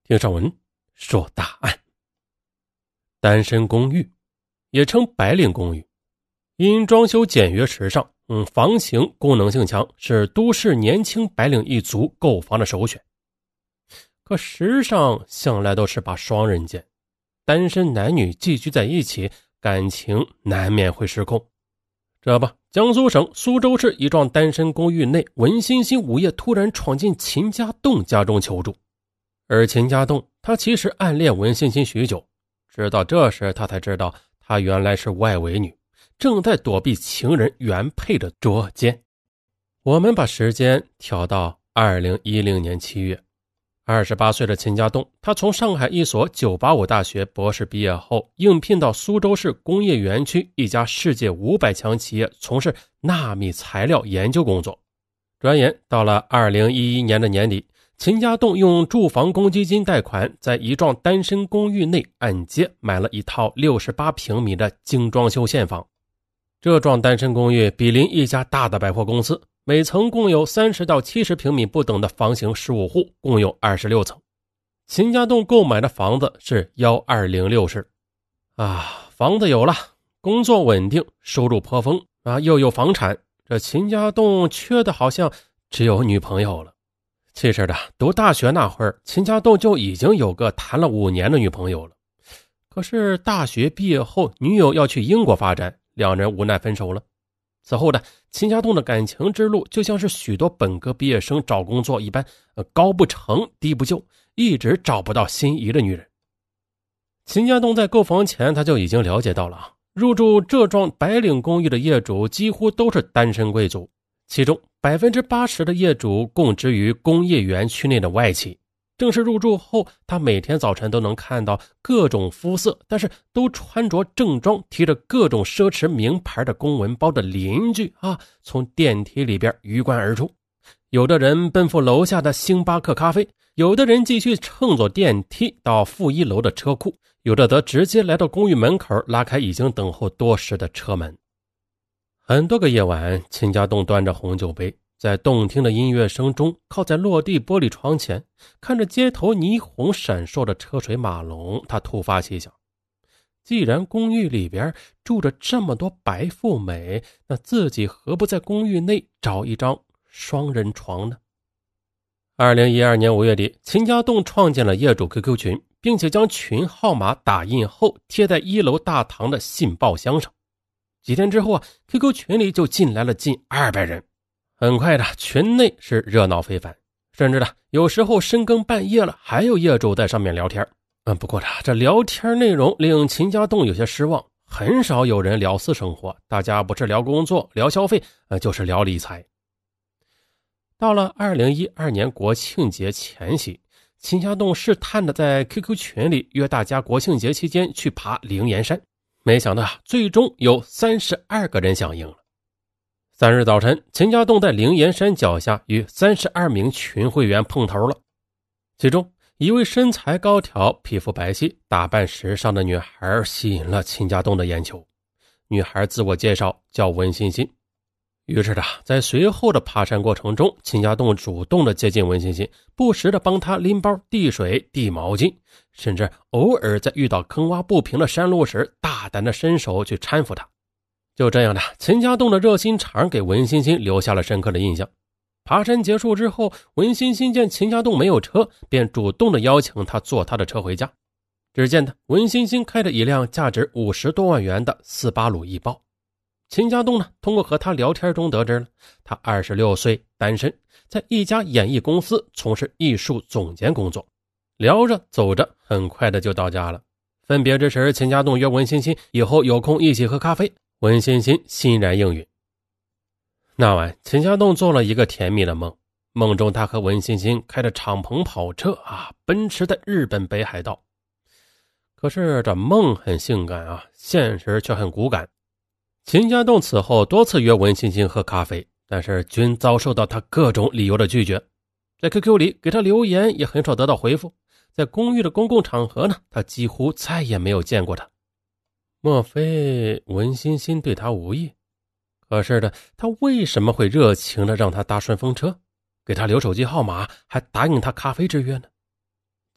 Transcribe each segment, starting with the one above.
听上文说大案。单身公寓也称白领公寓，因装修简约时尚，房型功能性强，是都市年轻白领一族购房的首选。可时尚向来都是把双刃剑，单身男女寄居在一起，感情难免会失控。这不，江苏省苏州市一幢单身公寓内，文欣欣午夜突然闯进秦家栋家中求助。而秦家栋他其实暗恋文欣欣许久，直到这时他才知道她原来是外围女，正在躲避情人原配的捉奸。我们把时间调到2010年7月，28岁的秦家栋，他从上海一所985大学博士毕业后，应聘到苏州市工业园区一家世界500强企业从事纳米材料研究工作。转眼到了2011年的年底，秦家栋用住房公积金贷款，在一幢单身公寓内按揭买了一套68平米的精装修现房。这幢单身公寓毗邻一家大的百货公司，每层共有30到70平米不等的房型15户，共有26层。秦家栋购买的房子是1206室。房子有了，工作稳定，收入颇丰，又有房产，这秦家栋缺的好像只有女朋友了。其实的，读大学那会儿，秦家栋就已经有个谈了5年的女朋友了。可是大学毕业后，女友要去英国发展，两人无奈分手了。此后的秦家栋的感情之路就像是许多本科毕业生找工作一般，高不成低不就，一直找不到心仪的女人。秦家栋在购房前他就已经了解到了，入住这幢白领公寓的业主几乎都是单身贵族，其中80%的业主供职于工业园区内的外企。正式入住后，他每天早晨都能看到各种肤色，但是都穿着正装，提着各种奢侈名牌的公文包的邻居从电梯里边鱼贯而出。有的人奔赴楼下的星巴克咖啡，有的人继续乘坐电梯到负1楼的车库，有的则直接来到公寓门口，拉开已经等候多时的车门。很多个夜晚，秦家栋端着红酒杯，在动听的音乐声中，靠在落地玻璃窗前，看着街头霓虹闪烁的车水马龙，他突发奇想，既然公寓里边住着这么多白富美，那自己何不在公寓内找一张双人床呢？2012年5月底，秦家栋创建了业主 QQ 群，并且将群号码打印后贴在1楼大堂的信报箱上。几天之后QQ 群里就进来了近200人。很快的，群内是热闹非凡，甚至有时候深更半夜了，还有业主在上面聊天。不过这聊天内容令秦家栋有些失望，很少有人聊私生活，大家不是聊工作、聊消费，就是聊理财。到了2012年国庆节前夕，秦家栋试探的在 QQ 群里约大家国庆节期间去爬灵岩山，没想到最终有32个人响应了。3日早晨，秦家栋在灵岩山脚下与32名群会员碰头了。其中一位身材高挑、皮肤白皙、打扮时尚的女孩吸引了秦家栋的眼球。女孩自我介绍叫文欣欣。于是在随后的爬山过程中，秦家栋主动的接近文欣欣，不时的帮她拎包、递水、递毛巾，甚至偶尔在遇到坑洼不平的山路时，大胆的伸手去搀扶她。就这样的，秦家栋的热心肠给文欣欣留下了深刻的印象。爬山结束之后，文欣欣见秦家栋没有车，便主动的邀请他坐他的车回家。只见文欣欣开着一辆价值50多万元的4-8鲁翼豹。秦家栋通过和他聊天中得知了，他26岁，单身，在一家演艺公司从事艺术总监工作。聊着走着，很快的就到家了。分别之时，秦家栋约文欣欣以后有空一起喝咖啡。文欣欣欣然应允。那晚，秦家栋做了一个甜蜜的梦，梦中他和文欣欣开着敞篷跑车奔驰在日本北海道。可是这梦很性感现实却很骨感。秦家栋此后多次约文欣欣喝咖啡，但是均遭受到他各种理由的拒绝。在 QQ 里给他留言也很少得到回复，在公寓的公共场合他几乎再也没有见过他。莫非文欣欣对他无意？可是他为什么会热情的让他搭顺风车，给他留手机号码，还答应他咖啡之约呢？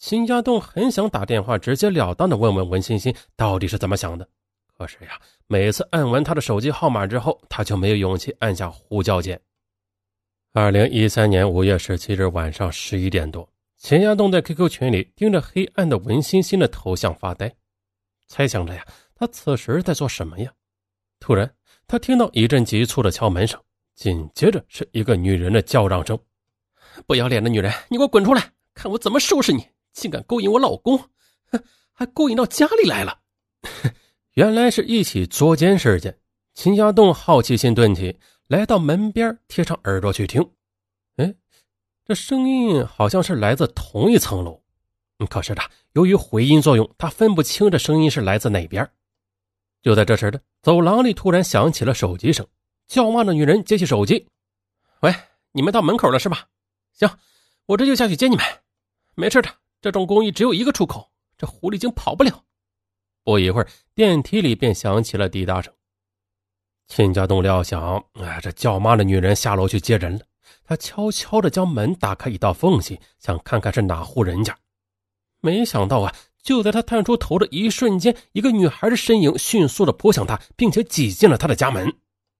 秦家栋很想打电话直截了当的问问文欣欣到底是怎么想的，可是呀，每次按完他的手机号码之后，他就没有勇气按下呼叫键。2013年5月17日晚上11点多，秦家栋在 QQ 群里盯着黑暗的文欣欣的头像发呆，猜想着呀，他此时在做什么呀？突然，他听到一阵急促的敲门声，紧接着是一个女人的叫嚷声：“不要脸的女人，你给我滚出来，看我怎么收拾你！竟敢勾引我老公，还勾引到家里来了！”原来是一起作奸事件。秦家栋好奇心顿起，来到门边贴上耳朵去听。这声音好像是来自同一层楼，可是由于回音作用，他分不清这声音是来自哪边。就在这时走廊里突然响起了手机声，叫骂的女人接起手机：“喂，你们到门口了是吧？行，我这就下去接你们。没事的，这栋公寓只有一个出口，这狐狸精跑不了。”不一会儿，电梯里便响起了滴答声。秦家栋料想，这叫骂的女人下楼去接人了。他悄悄地将门打开一道缝隙，想看看是哪户人家。没想到就在他探出头的一瞬间，一个女孩的身影迅速地扑向他，并且挤进了他的家门。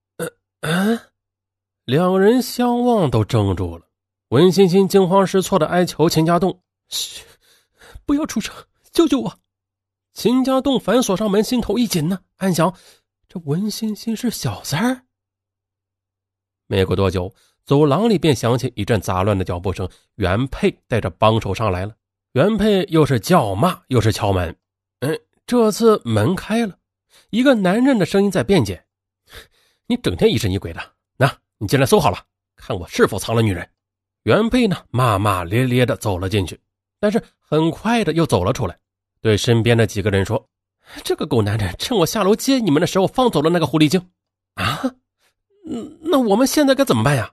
两人相望都怔住了。文欣欣惊慌失措地哀求秦家栋：“嘘，不要出声，救救我！”秦家栋反锁上门，心头一紧呢，暗想：这文欣欣是小三儿。没过多久，走廊里便响起一阵杂乱的脚步声，原配带着帮手上来了。原配又是叫骂又是敲门。这次门开了，一个男人的声音在辩解：“你整天疑神疑鬼的，你进来搜好了，看我是否藏了女人。”原配呢，骂骂咧咧的走了进去，但是很快的又走了出来，对身边的几个人说：“这个狗男人趁我下楼接你们的时候放走了那个狐狸精啊！那我们现在该怎么办呀？”“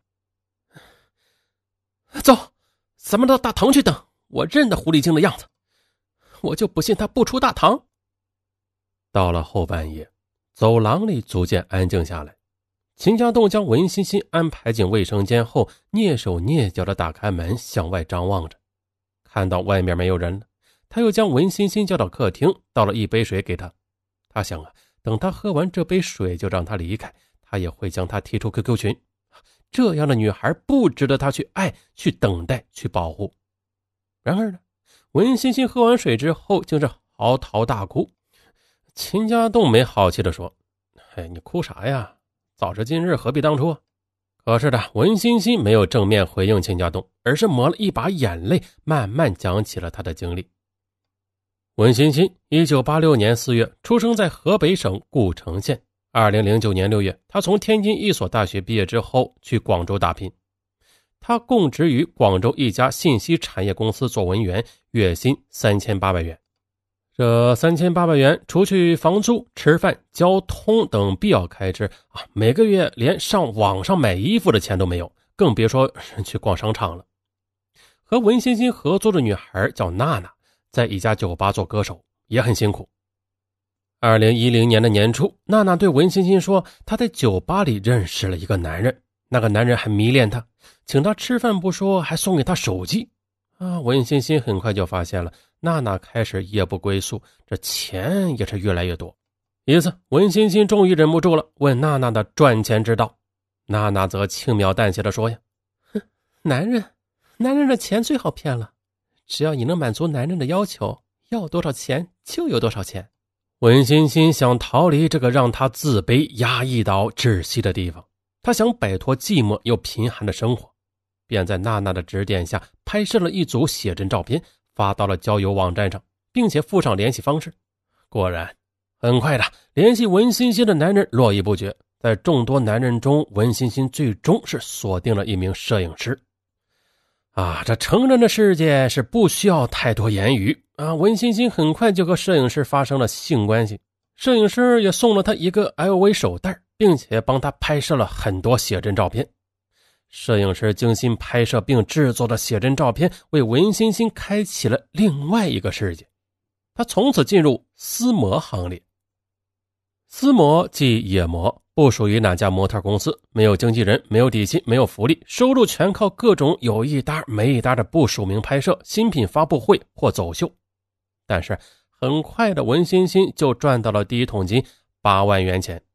走，咱们到大堂去等，我认得狐狸精的样子，我就不信他不出大堂。”到了后半夜，走廊里逐渐安静下来。秦家栋将文欣欣安排进卫生间后，蹑手蹑脚地打开门向外张望着，看到外面没有人了，他又将文欣欣叫到客厅，倒了一杯水给他。他想等他喝完这杯水就让他离开，他也会将他踢出 QQ 群。这样的女孩不值得他去爱、去等待、去保护。然而文欣欣喝完水之后竟是嚎啕大哭。秦家栋没好气地说：“你哭啥呀？早知今日何必当初？”可是文欣欣没有正面回应秦家栋，而是抹了一把眼泪，慢慢讲起了他的经历。文欣欣1986年4月出生在河北省故城县。2009年6月，他从天津一所大学毕业之后去广州打拼。他供职于广州一家信息产业公司做文员，月薪3800元。这3800元除去房租、吃饭、交通等必要开支每个月连上网上买衣服的钱都没有，更别说去逛商场了。和文欣欣合作的女孩叫娜娜，在一家酒吧做歌手，也很辛苦。2010年的年初，娜娜对文欣欣说，她在酒吧里认识了一个男人，那个男人很迷恋她，请她吃饭不说，还送给她手机。文欣欣很快就发现了，娜娜开始夜不归宿，这钱也是越来越多。一次，文欣欣终于忍不住了，问娜娜的赚钱之道。娜娜则轻描淡写的说呀：“男人的钱最好骗了，只要你能满足男人的要求，要多少钱就有多少钱。”文欣欣想逃离这个让她自卑、压抑到窒息的地方，她想摆脱寂寞又贫寒的生活，便在娜娜的指点下拍摄了一组写真照片，发到了交友网站上，并且附上联系方式。果然，很快的，联系文欣欣的男人络绎不绝。在众多男人中，文欣欣最终是锁定了一名摄影师。这成人的世界是不需要太多言语文欣欣很快就和摄影师发生了性关系，摄影师也送了她一个 LV 手袋，并且帮她拍摄了很多写真照片。摄影师精心拍摄并制作的写真照片为文欣欣开启了另外一个世界，她从此进入撕膜行列。 私模即野模，不属于哪家模特公司，没有经纪人，没有底薪，没有福利，收入全靠各种有一搭没一搭的不署名拍摄、新品发布会或走秀。但是很快的文欣欣就赚到了第一桶金8万元钱。